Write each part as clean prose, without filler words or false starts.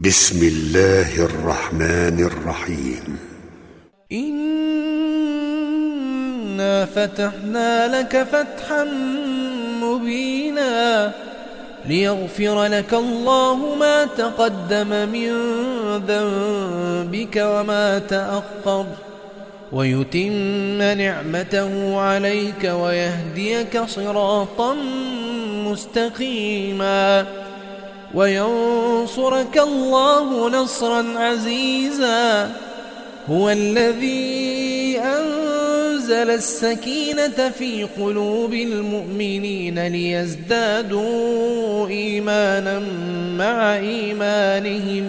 بسم الله الرحمن الرحيم. إنا فتحنا لك فتحا مبينا ليغفر لك الله ما تقدم من ذنبك وما تأخر ويتم نعمته عليك ويهديك صراطا مستقيما وينصرك الله نصرا عزيزا. هو الذي أنزل السكينة في قلوب المؤمنين ليزدادوا إيمانا مع إيمانهم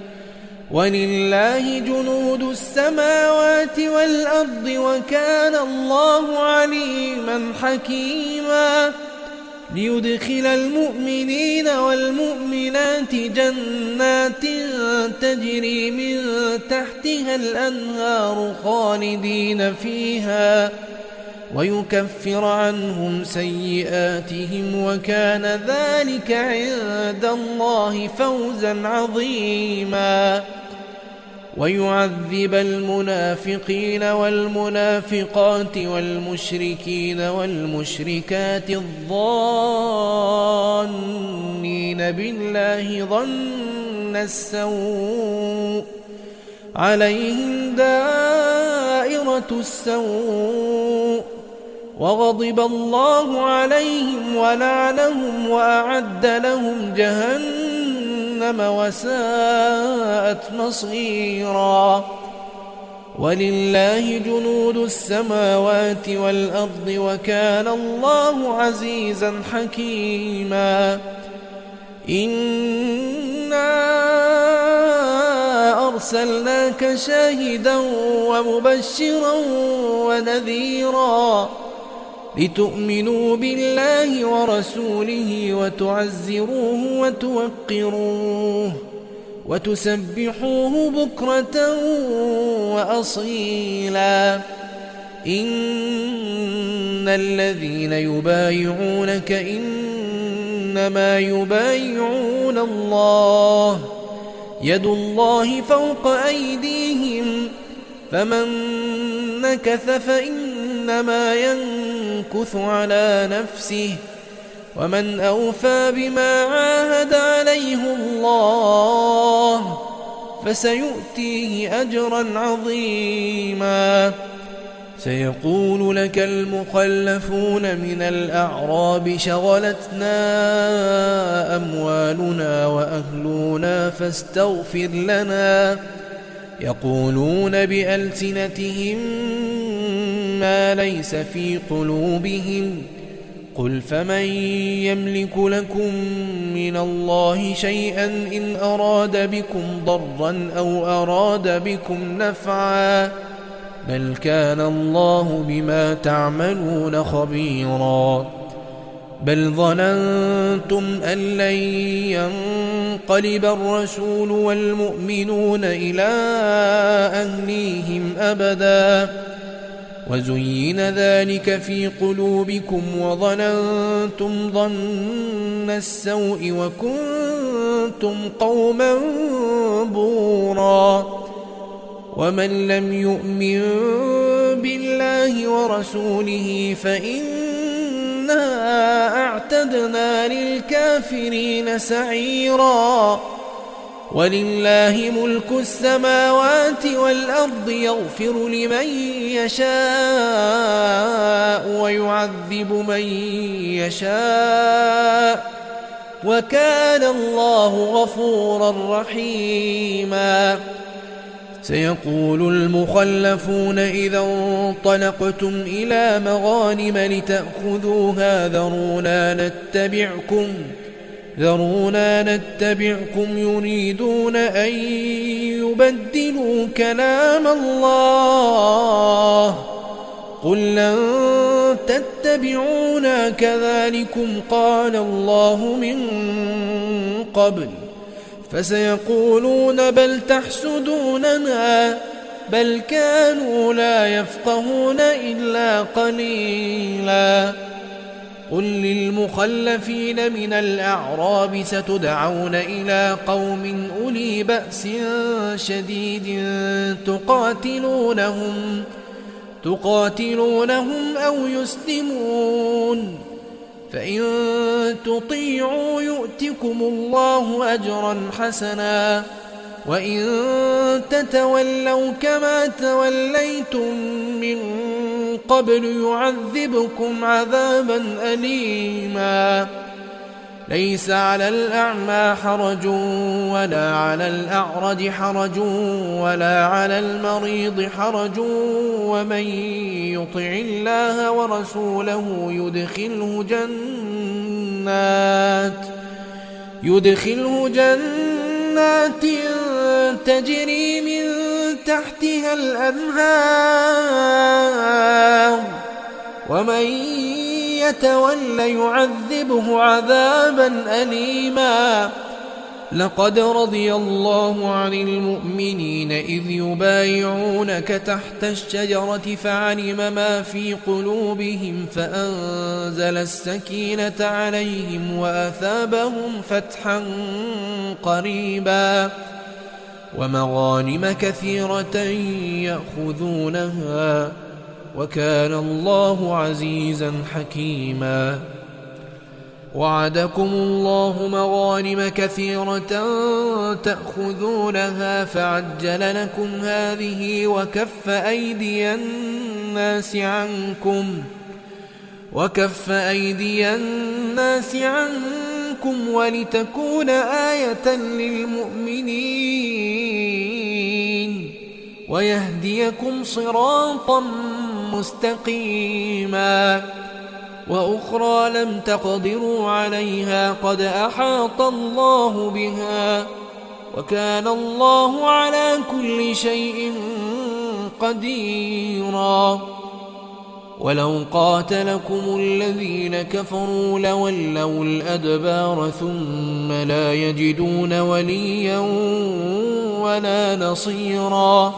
ولله جنود السماوات والأرض وكان الله عليما حكيما. ليدخل المؤمنين والمؤمنات جنات تجري من تحتها الأنهار خالدين فيها ويكفر عنهم سيئاتهم وكان ذلك عند الله فوزا عظيما. ويعذب المنافقين والمنافقات والمشركين والمشركات الظانين بالله ظن السوء عليهم دائرة السوء وغضب الله عليهم ولعنهم وأعد لهم جهنم وساءت مصيرا. ولله جنود السماوات والأرض وكان الله عزيزا حكيما. إنا أرسلناك شاهدا ومبشرا ونذيرا لتؤمنوا بالله ورسوله وتعزروه وتوقروه وتسبحوه بكرة وأصيلا. إن الذين يبايعونك إنما يبايعون الله يد الله فوق أيديهم فمن نكث فإنما ينكث على نفسه ومن أوفى بما عاهد عليه الله فسيؤتيه أجرا عظيما. سيقول لك المخلفون من الأعراب شغلتنا أموالنا وأهلنا فاستغفر لنا يقولون بألسنتهم ما ليس في قلوبهم قل فمن يملك لكم من الله شيئا إن أراد بكم ضرا أو أراد بكم نفعا بل كان الله بما تعملون خبيرا. بل ظننتم أن لن ينقلب الرسول والمؤمنون إلى أهليهم أبدا وزين ذلك في قلوبكم وظننتم ظن السوء وكنتم قوما بورا. ومن لم يؤمن بالله ورسوله فإنا أعتدنا للكافرين سعيرا. ولله ملك السماوات والأرض يغفر لمن يشاء ويعذب من يشاء وكان الله غفورا رحيما. سيقول المخلفون إذا انطلقتم إلى مغانم لتأخذوها ذرونا نتبعكم يريدون أن يبدلوا كلام الله قل لن تتبعونا كذلكم قال الله من قبل فسيقولون بل تحسدوننا بل كانوا لا يفقهون إلا قليلا. قل للمخلفين من الأعراب ستدعون إلى قوم أولي بأس شديد تقاتلونهم أو يسلمون، فإن تطيعوا يؤتكم الله أجرا حسنا، وإن تتولوا كما توليتم من قبل يعذبكم عذابا أليما. ليس على الأعمى حرج ولا على الأعرج حرج ولا على المريض حرج، ومن يطع الله ورسوله يدخله جنات تجري من تحتها الأنهار، ومن يتول يعذبه عذابا أليما. لقد رضي الله عن المؤمنين إذ يبايعونك تحت الشجرة فعلم ما في قلوبهم فأنزل السكينة عليهم وأثابهم فتحا قريبا ومغانم كثيرة يأخذونها، وكان الله عزيزا حكيما. وعدكم الله مغانم كثيرة تأخذونها فعجل لكم هذه وكف أيدي الناس عنكم ولتكون آية للمؤمنين ويهديكم صراطا مستقيما. وأخرى لم تقدروا عليها قد أحاط الله بها، وكان الله على كل شيء قديرا. ولو قاتلكم الذين كفروا لولوا الأدبار ثم لا يجدون وليا ولا نصيرا.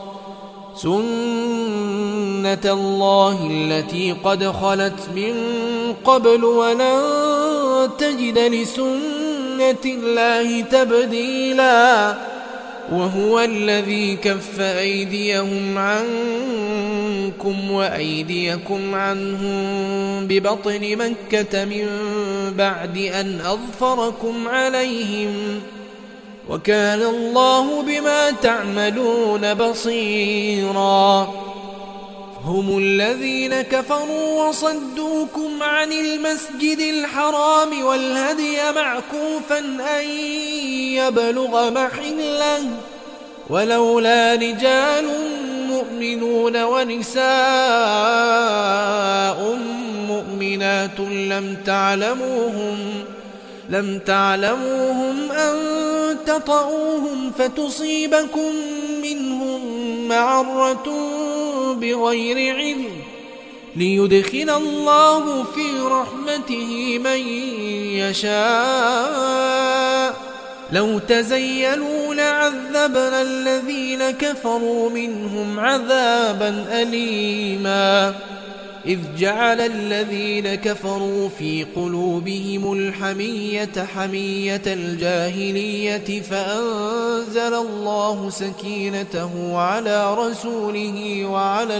سنة الله التي قد خلت من قبل ولن تجد لسنة الله تبديلا. وهو الذي كف أيديهم عنكم وأيديكم عنهم ببطن مكة من بعد أن أظفركم عليهم، وكان الله بما تعملون بصيرا. هم الذين كفروا وصدوكم عن المسجد الحرام والهدي معكوفا أن يبلغ محله، ولولا رجال مؤمنون ونساء مؤمنات لم تعلموهم أن تطؤوهم فتصيبكم منهم معرة بغير علم ليدخل الله في رحمته من يشاء. لو تزيلوا لعذبنا الذين كفروا منهم عذابا أليما. إذ جعل الذين كفروا في قلوبهم الحمية حمية الجاهلية فأنزل الله سكينته على رسوله وعلى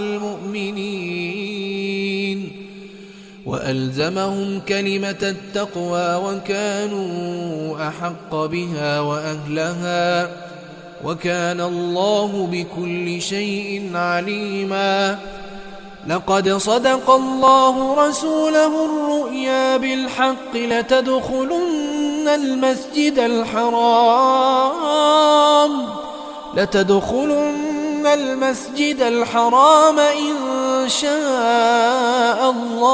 المؤمنين وألزمهم كلمة التقوى وكانوا أحق بها وأهلها، وكان الله بكل شيء عليما. لقد صدق الله رسوله الرؤيا بالحق لتدخلن المسجد الحرام إن شاء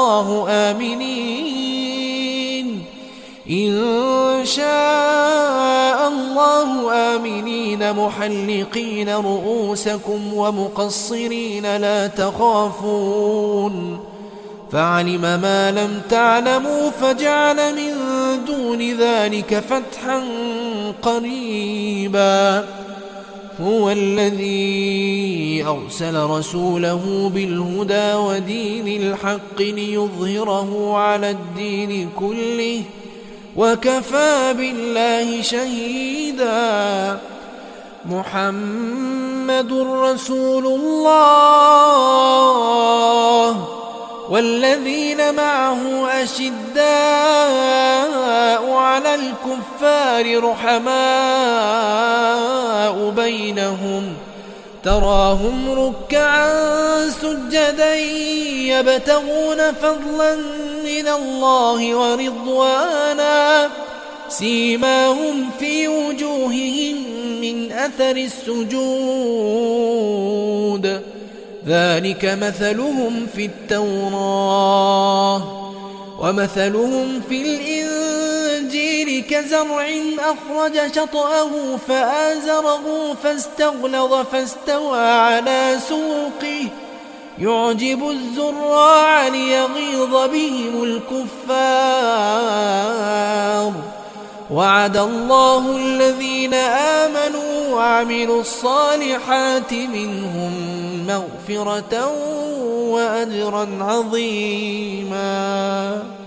الله آمنين محلقين رؤوسكم ومقصرين لا تخافون، فعلم ما لم تعلموا فجعل من دون ذلك فتحا قريبا. هو الذي أرسل رسوله بالهدى ودين الحق ليظهره على الدين كله وكفى بالله شهيدا. محمد رسول الله والذين معه أشداء على الكفار رحماء بينهم تراهم ركعا سجدا يبتغون فضلا من الله ورضوانا سيماهم في وجوههم من أثر السجود ذلك مثلهم في التوراة ومثلهم في الإنجيل كزرع أخرج شطأه فآزره فاستغلظ فاستوى على سوقه يعجب الزراع ليغيظ بهم الكفار. وعد الله الذين آمنوا وعملوا الصالحات منهم مغفرة وأجرا عظيما.